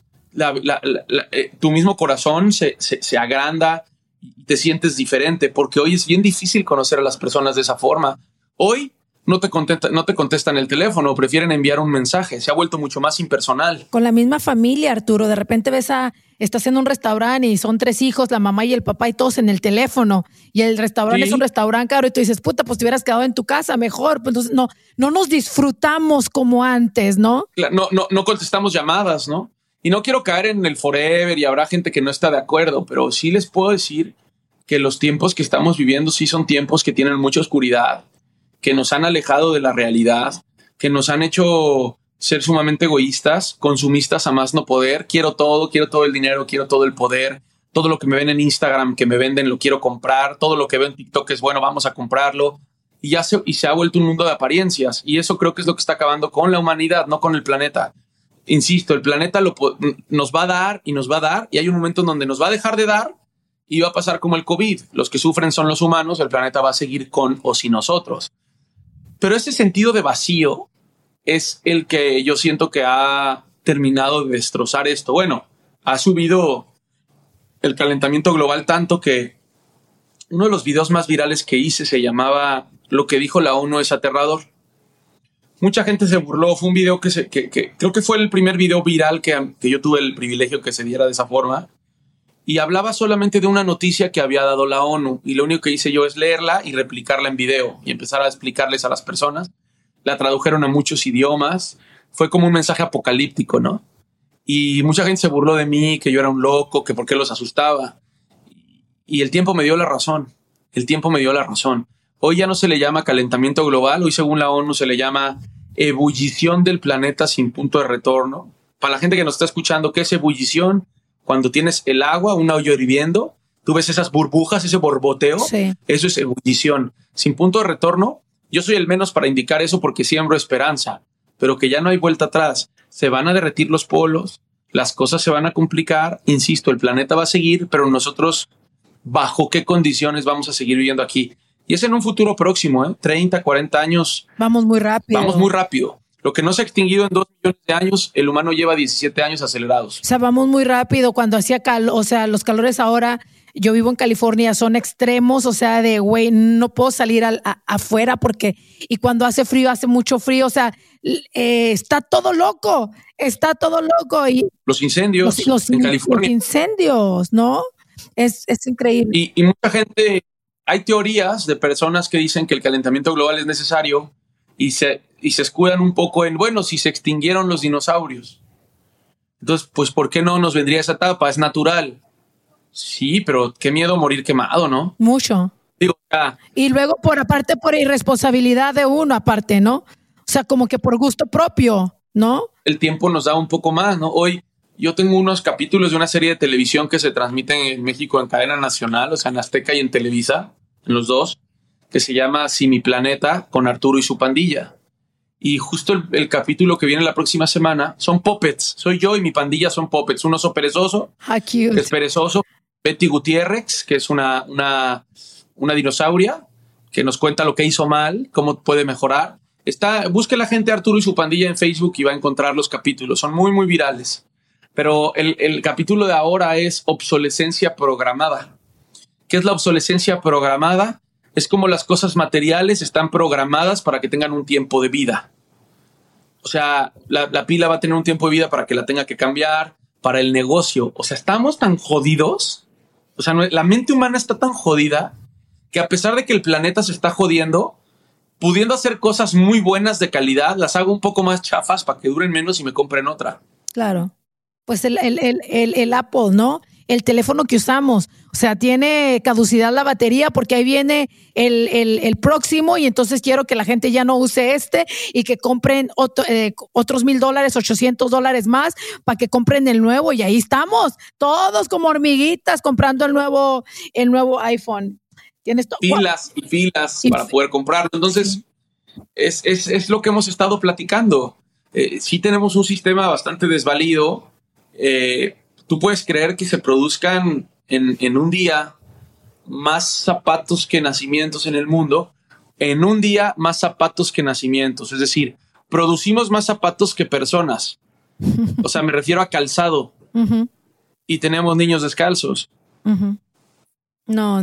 tu mismo corazón se agranda y te sientes diferente, porque hoy es bien difícil conocer a las personas de esa forma. Hoy no te contestan el teléfono, prefieren enviar un mensaje. Se ha vuelto mucho más impersonal. Con la misma familia, Arturo, de repente estás en un restaurante y son 3 hijos, la mamá y el papá y todos en el teléfono, y el restaurante es un restaurante caro y tú dices, puta, pues te hubieras quedado en tu casa mejor. Pues entonces no nos disfrutamos como antes, ¿no? No contestamos llamadas, ¿no? Y no quiero caer en el forever y habrá gente que no está de acuerdo, pero sí les puedo decir que los tiempos que estamos viviendo sí son tiempos que tienen mucha oscuridad, que nos han alejado de la realidad, que nos han hecho ser sumamente egoístas, consumistas a más no poder. Quiero todo el dinero, quiero todo el poder, todo lo que me ven en Instagram, que me venden, lo quiero comprar, todo lo que veo en TikTok es bueno, vamos a comprarlo. Y se ha vuelto un mundo de apariencias, y eso creo que es lo que está acabando con la humanidad, no con el planeta. Insisto, el planeta nos va a dar y nos va a dar, y hay un momento en donde nos va a dejar de dar y va a pasar como el COVID. Los que sufren son los humanos, el planeta va a seguir con o sin nosotros. Pero ese sentido de vacío es el que yo siento que ha terminado de destrozar esto. Bueno, ha subido el calentamiento global tanto que uno de los videos más virales que hice se llamaba "Lo que dijo la ONU es aterrador". Mucha gente se burló. Fue un video que creo que fue el primer video viral que yo tuve el privilegio que se diera de esa forma. Y hablaba solamente de una noticia que había dado la ONU. Y lo único que hice yo es leerla y replicarla en video y empezar a explicarles a las personas. La tradujeron a muchos idiomas. Fue como un mensaje apocalíptico, ¿no? Y mucha gente se burló de mí, que yo era un loco, que por qué los asustaba. Y el tiempo me dio la razón. el tiempo me dio la razón. Hoy ya no se le llama calentamiento global, hoy según la ONU se le llama ebullición del planeta sin punto de retorno. Para la gente que nos está escuchando, ¿qué es ebullición? Cuando tienes el agua, una olla hirviendo, tú ves esas burbujas, ese borboteo, Sí. Eso es ebullición. Sin punto de retorno, yo soy el menos para indicar eso porque siembro esperanza, pero que ya no hay vuelta atrás. Se van a derretir los polos, las cosas se van a complicar, insisto, el planeta va a seguir, pero nosotros, ¿bajo qué condiciones vamos a seguir viviendo aquí? Y es en un futuro próximo, 30, 40 años. Vamos muy rápido. Vamos muy rápido. Lo que no se ha extinguido en 2 millones de años, el humano lleva 17 años acelerados. O sea, vamos muy rápido. Cuando hacía calor, o sea, los calores ahora, yo vivo en California, son extremos, o sea, de güey, no puedo salir afuera porque, y cuando hace frío, hace mucho frío, o sea, está todo loco. Y los incendios en California. Los incendios, ¿no? Es increíble. Y mucha gente, hay teorías de personas que dicen que el calentamiento global es necesario y se escudan un poco en, bueno, si se extinguieron los dinosaurios. Entonces, pues, ¿por qué no nos vendría esa etapa? Es natural. Sí, pero qué miedo morir quemado, ¿no? Mucho. Digo, ya. Y luego, por irresponsabilidad de uno, aparte, ¿no? O sea, como que por gusto propio, ¿no? El tiempo nos da un poco más, ¿no? Hoy yo tengo unos capítulos de una serie de televisión que se transmiten en México en cadena nacional, o sea, en Azteca y en Televisa, en los dos, que se llama Si mi planeta, con Arturo y su pandilla. Y justo el capítulo que viene la próxima semana son puppets. Soy yo y mi pandilla son puppets. Un oso perezoso, cute. que es perezoso. Betty Gutiérrez, que es una dinosauria, que nos cuenta lo que hizo mal, cómo puede mejorar. Busque la gente Arturo y su pandilla en Facebook y va a encontrar los capítulos. Son muy, muy virales. Pero el capítulo de ahora es obsolescencia programada. ¿Qué es la obsolescencia programada? Es como las cosas materiales están programadas para que tengan un tiempo de vida. O sea, la pila va a tener un tiempo de vida para que la tenga que cambiar, para el negocio. O sea, estamos tan jodidos. O sea, la mente humana está tan jodida que a pesar de que el planeta se está jodiendo, pudiendo hacer cosas muy buenas de calidad, las hago un poco más chafas para que duren menos y me compren otra. Claro. Pues el Apple, ¿no? El teléfono que usamos. O sea, tiene caducidad la batería porque ahí viene el próximo y entonces quiero que la gente ya no use y que compren otros $1,000, $800 más para que compren el nuevo y ahí estamos, todos como hormiguitas comprando el nuevo iPhone. ¿Tienes filas y filas para poder comprarlo? Entonces, es lo que hemos estado platicando. Sí tenemos un sistema bastante desvalido. Tú puedes creer que se produzcan en un día más zapatos que nacimientos en el mundo. En un día más zapatos que nacimientos. Es decir, producimos más zapatos que personas. O sea, me refiero a calzado. Uh-huh. Y tenemos niños descalzos. Uh-huh. No.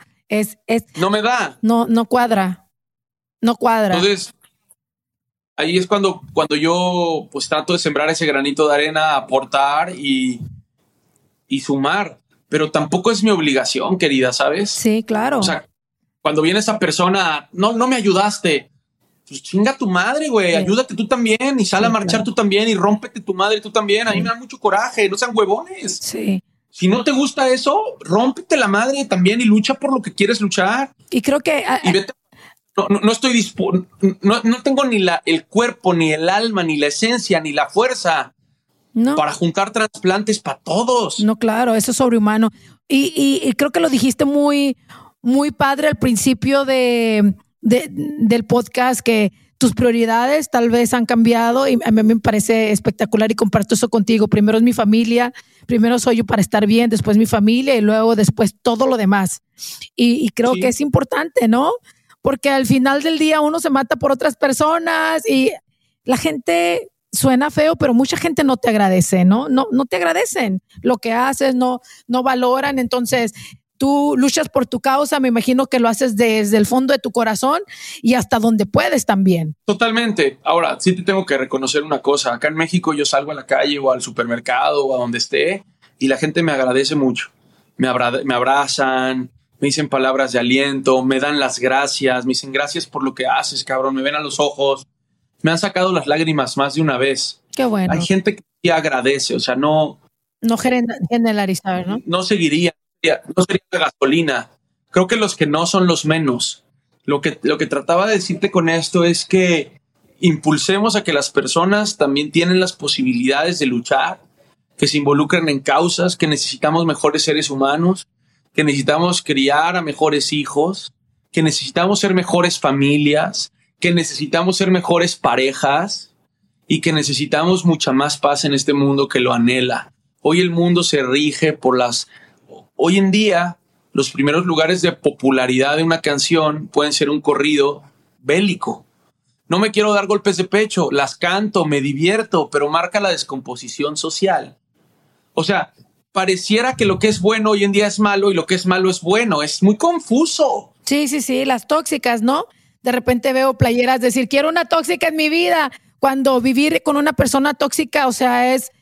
No me da. No cuadra. No cuadra. Entonces, ahí es cuando yo pues trato de sembrar ese granito de arena, aportar y sumar. Pero tampoco es mi obligación, querida, ¿sabes? Sí, claro. O sea, cuando viene esa persona, no me ayudaste. Pues chinga tu madre, güey. Sí. Ayúdate tú también y sal a marchar tú también y rómpete tu madre tú también. A mí me da mucho coraje. No sean huevones. Sí. Si no te gusta eso, rómpete la madre también y lucha por lo que quieres luchar. Y creo que... Y vete. No estoy dispuesto. No tengo ni el cuerpo, ni el alma, ni la esencia, ni la fuerza para juntar trasplantes para todos. No, claro, eso es sobrehumano. Y creo que lo dijiste muy, muy padre al principio del podcast, que tus prioridades tal vez han cambiado y a mí me parece espectacular y comparto eso contigo. Primero es mi familia, primero soy yo para estar bien, después mi familia y luego después todo lo demás. Y creo que es importante, ¿no? Porque al final del día uno se mata por otras personas y la gente suena feo, pero mucha gente no te agradece, ¿no? No te agradecen lo que haces, no valoran. Entonces, tú luchas por tu causa, me imagino que lo haces desde el fondo de tu corazón y hasta donde puedes también. Totalmente. Ahora, sí te tengo que reconocer una cosa. Acá en México yo salgo a la calle o al supermercado o a donde esté y la gente me agradece mucho. Me abrazan, me dicen palabras de aliento, me dan las gracias, me dicen gracias por lo que haces, cabrón, me ven a los ojos. Me han sacado las lágrimas más de una vez. Qué bueno. Hay gente que sí agradece, o sea, no generalizar, ¿no? No sería gasolina Creo que los que no son los menos. Lo que trataba de decirte con esto es que impulsemos a que las personas también tienen las posibilidades de luchar, que se involucren en causas, que necesitamos mejores seres humanos, que necesitamos criar a mejores hijos, que necesitamos ser mejores familias, que necesitamos ser mejores parejas y que necesitamos mucha más paz en este mundo que lo anhela. Hoy el mundo se rige por hoy en día, los primeros lugares de popularidad de una canción pueden ser un corrido bélico. No me quiero dar golpes de pecho, las canto, me divierto, pero marca la descomposición social. O sea, pareciera que lo que es bueno hoy en día es malo y lo que es malo es bueno. Es muy confuso. Sí, las tóxicas, ¿no? De repente veo playeras decir, quiero una tóxica en mi vida, cuando vivir con una persona tóxica, o sea, es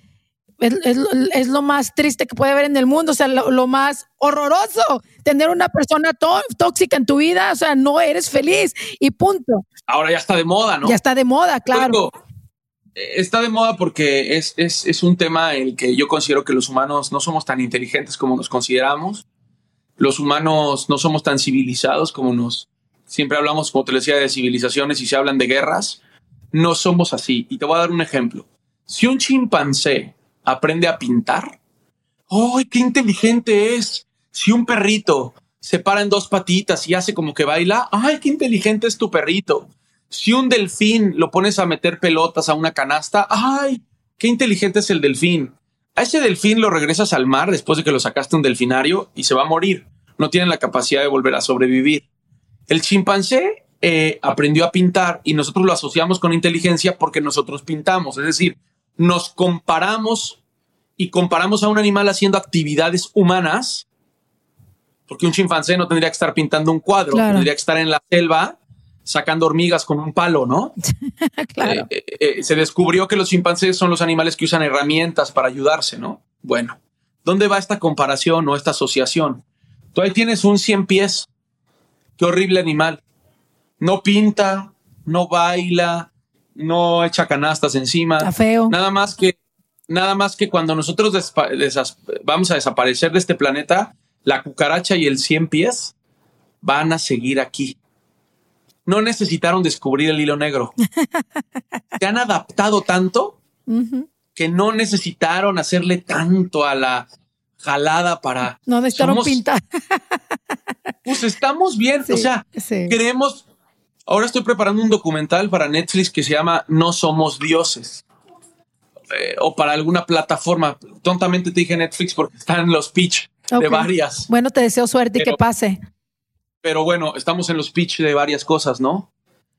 lo más triste que puede haber en el mundo, o sea, lo más horroroso, tener una persona tóxica en tu vida, o sea, no eres feliz y punto. Ahora ya está de moda, ¿no? Ya está de moda, claro. Pero está de moda porque es un tema en el que yo considero que los humanos no somos tan inteligentes como nos consideramos. Los humanos no somos tan civilizados como siempre hablamos, como te decía, de civilizaciones y se hablan de guerras. No somos así. Y te voy a dar un ejemplo. Si un chimpancé aprende a pintar, ¡ay, qué inteligente es! Si un perrito se para en dos patitas y hace como que baila, ¡ay, qué inteligente es tu perrito! Si un delfín lo pones a meter pelotas a una canasta, ¡ay, qué inteligente es el delfín! A ese delfín lo regresas al mar después de que lo sacaste a un delfinario y se va a morir. No tiene la capacidad de volver a sobrevivir. El chimpancé aprendió a pintar y nosotros lo asociamos con inteligencia porque nosotros pintamos. Es decir, nos comparamos a un animal haciendo actividades humanas, porque un chimpancé no tendría que estar pintando un cuadro, claro. Tendría que estar en la selva sacando hormigas con un palo, ¿no? Claro. Se descubrió que los chimpancés son los animales que usan herramientas para ayudarse, ¿no? Bueno, ¿dónde va esta comparación o esta asociación? Tú ahí tienes un 100 pies. Qué horrible animal. No pinta, no baila, no echa canastas encima. Está feo. Nada más que cuando nosotros vamos a desaparecer de este planeta, la cucaracha y el 100 pies van a seguir aquí. No necesitaron descubrir el hilo negro. Se han adaptado tanto que no necesitaron hacerle tanto a la jalada para... No necesitaron pintar. Pues estamos bien. Sí, o sea, sí. Queremos... Ahora estoy preparando un documental para Netflix que se llama No Somos Dioses. O para alguna plataforma. Tontamente te dije Netflix porque están los pitch de varias. Bueno, te deseo suerte y que pase. Pero bueno, estamos en los pitch de varias cosas, ¿no?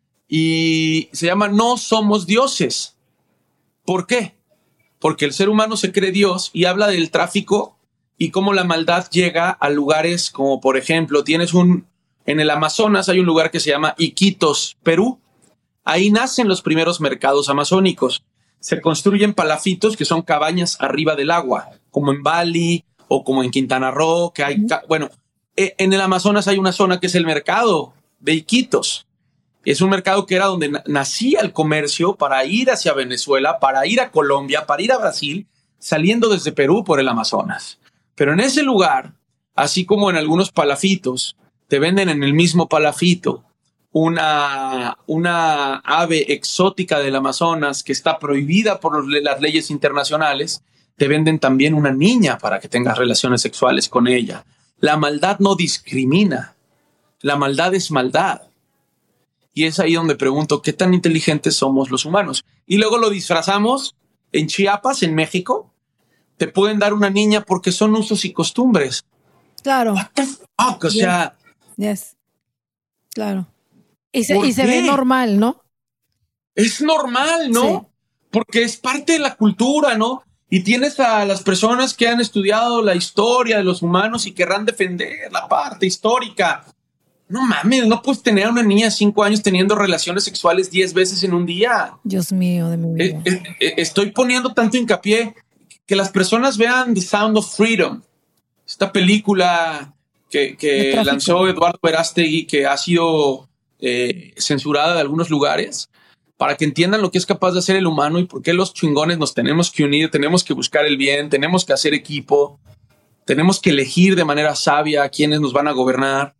Y se llama No Somos Dioses. ¿Por qué? Porque el ser humano se cree Dios y habla del tráfico y cómo la maldad llega a lugares como, por ejemplo, en el Amazonas hay un lugar que se llama Iquitos, Perú. Ahí nacen los primeros mercados amazónicos. Se construyen palafitos que son cabañas arriba del agua, como en Bali o como en Quintana Roo, que hay... Bueno, en el Amazonas hay una zona que es el mercado de Iquitos. Es un mercado que era donde nacía el comercio para ir hacia Venezuela, para ir a Colombia, para ir a Brasil, saliendo desde Perú por el Amazonas. Pero en ese lugar, así como en algunos palafitos, te venden en el mismo palafito una ave exótica del Amazonas que está prohibida por las leyes internacionales, te venden también una niña para que tengas relaciones sexuales con ella. La maldad no discrimina. La maldad es maldad. Y es ahí donde pregunto, ¿qué tan inteligentes somos los humanos? Y luego lo disfrazamos en Chiapas, en México. Te pueden dar una niña porque son usos y costumbres. Claro. What the fuck? O sea... Yes. Claro. Y se ve normal, ¿no? Es normal, ¿no? Sí. Porque es parte de la cultura, ¿no? Y tienes a las personas que han estudiado la historia de los humanos y querrán defender la parte histórica. No mames, no puedes tener a una niña de 5 años teniendo relaciones sexuales 10 veces en un día. Dios mío, de mi vida. Estoy poniendo tanto hincapié que las personas vean The Sound of Freedom. Esta película que lanzó Eduardo Verástegui, que ha sido censurada de algunos lugares, para que entiendan lo que es capaz de hacer el humano y por qué los chingones nos tenemos que unir, tenemos que buscar el bien, tenemos que hacer equipo, tenemos que elegir de manera sabia a quienes nos van a gobernar.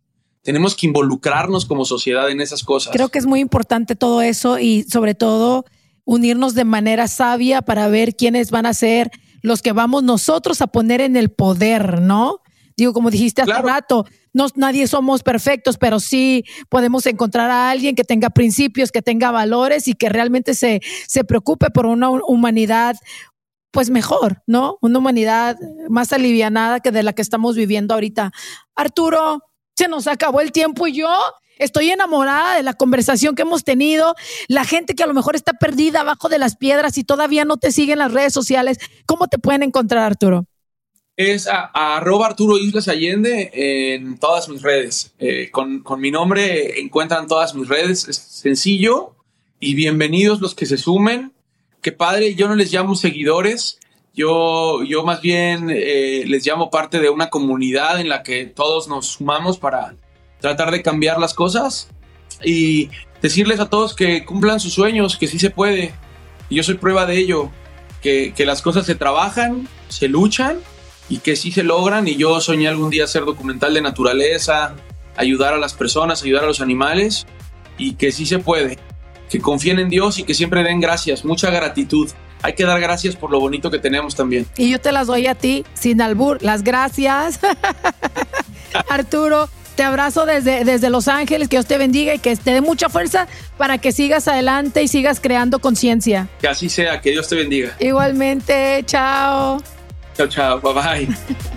tenemos que involucrarnos como sociedad en esas cosas. Creo que es muy importante todo eso y sobre todo unirnos de manera sabia para ver quiénes van a ser los que vamos nosotros a poner en el poder, ¿no? Digo, como dijiste hace rato, nadie somos perfectos, pero sí podemos encontrar a alguien que tenga principios, que tenga valores y que realmente se preocupe por una humanidad pues mejor, ¿no? Una humanidad más alivianada que de la que estamos viviendo ahorita. Arturo, se nos acabó el tiempo y yo estoy enamorada de la conversación que hemos tenido. La gente que a lo mejor está perdida abajo de las piedras y todavía no te sigue en las redes sociales, ¿cómo te pueden encontrar, Arturo? Es a @Arturo Islas Allende en todas mis redes. Con mi nombre encuentran todas mis redes. Es sencillo y bienvenidos los que se sumen. Qué padre, yo no les llamo seguidores. Yo más bien les llamo parte de una comunidad en la que todos nos sumamos para tratar de cambiar las cosas y decirles a todos que cumplan sus sueños, que sí se puede. Y yo soy prueba de ello, que las cosas se trabajan, se luchan y que sí se logran. Y yo soñé algún día hacer documental de naturaleza, ayudar a las personas, ayudar a los animales y que sí se puede. Que confíen en Dios y que siempre den gracias, mucha gratitud. Hay que dar gracias por lo bonito que tenemos también. Y yo te las doy a ti, sin albur, las gracias. Arturo, te abrazo desde Los Ángeles, que Dios te bendiga y que te dé mucha fuerza para que sigas adelante y sigas creando conciencia. Que así sea, que Dios te bendiga. Igualmente, chao. Chao, chao, bye bye.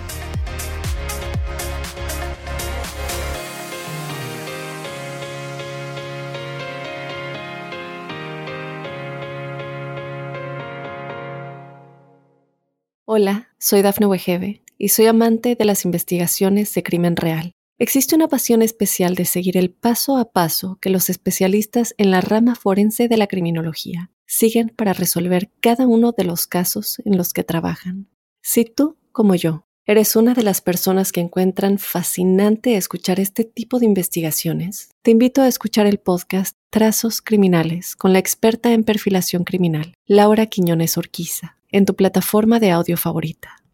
Hola, soy Dafne Wegebe y soy amante de las investigaciones de crimen real. Existe una pasión especial de seguir el paso a paso que los especialistas en la rama forense de la criminología siguen para resolver cada uno de los casos en los que trabajan. Si tú, como yo, eres una de las personas que encuentran fascinante escuchar este tipo de investigaciones, te invito a escuchar el podcast Trazos Criminales con la experta en perfilación criminal, Laura Quiñones Orquiza, en tu plataforma de audio favorita.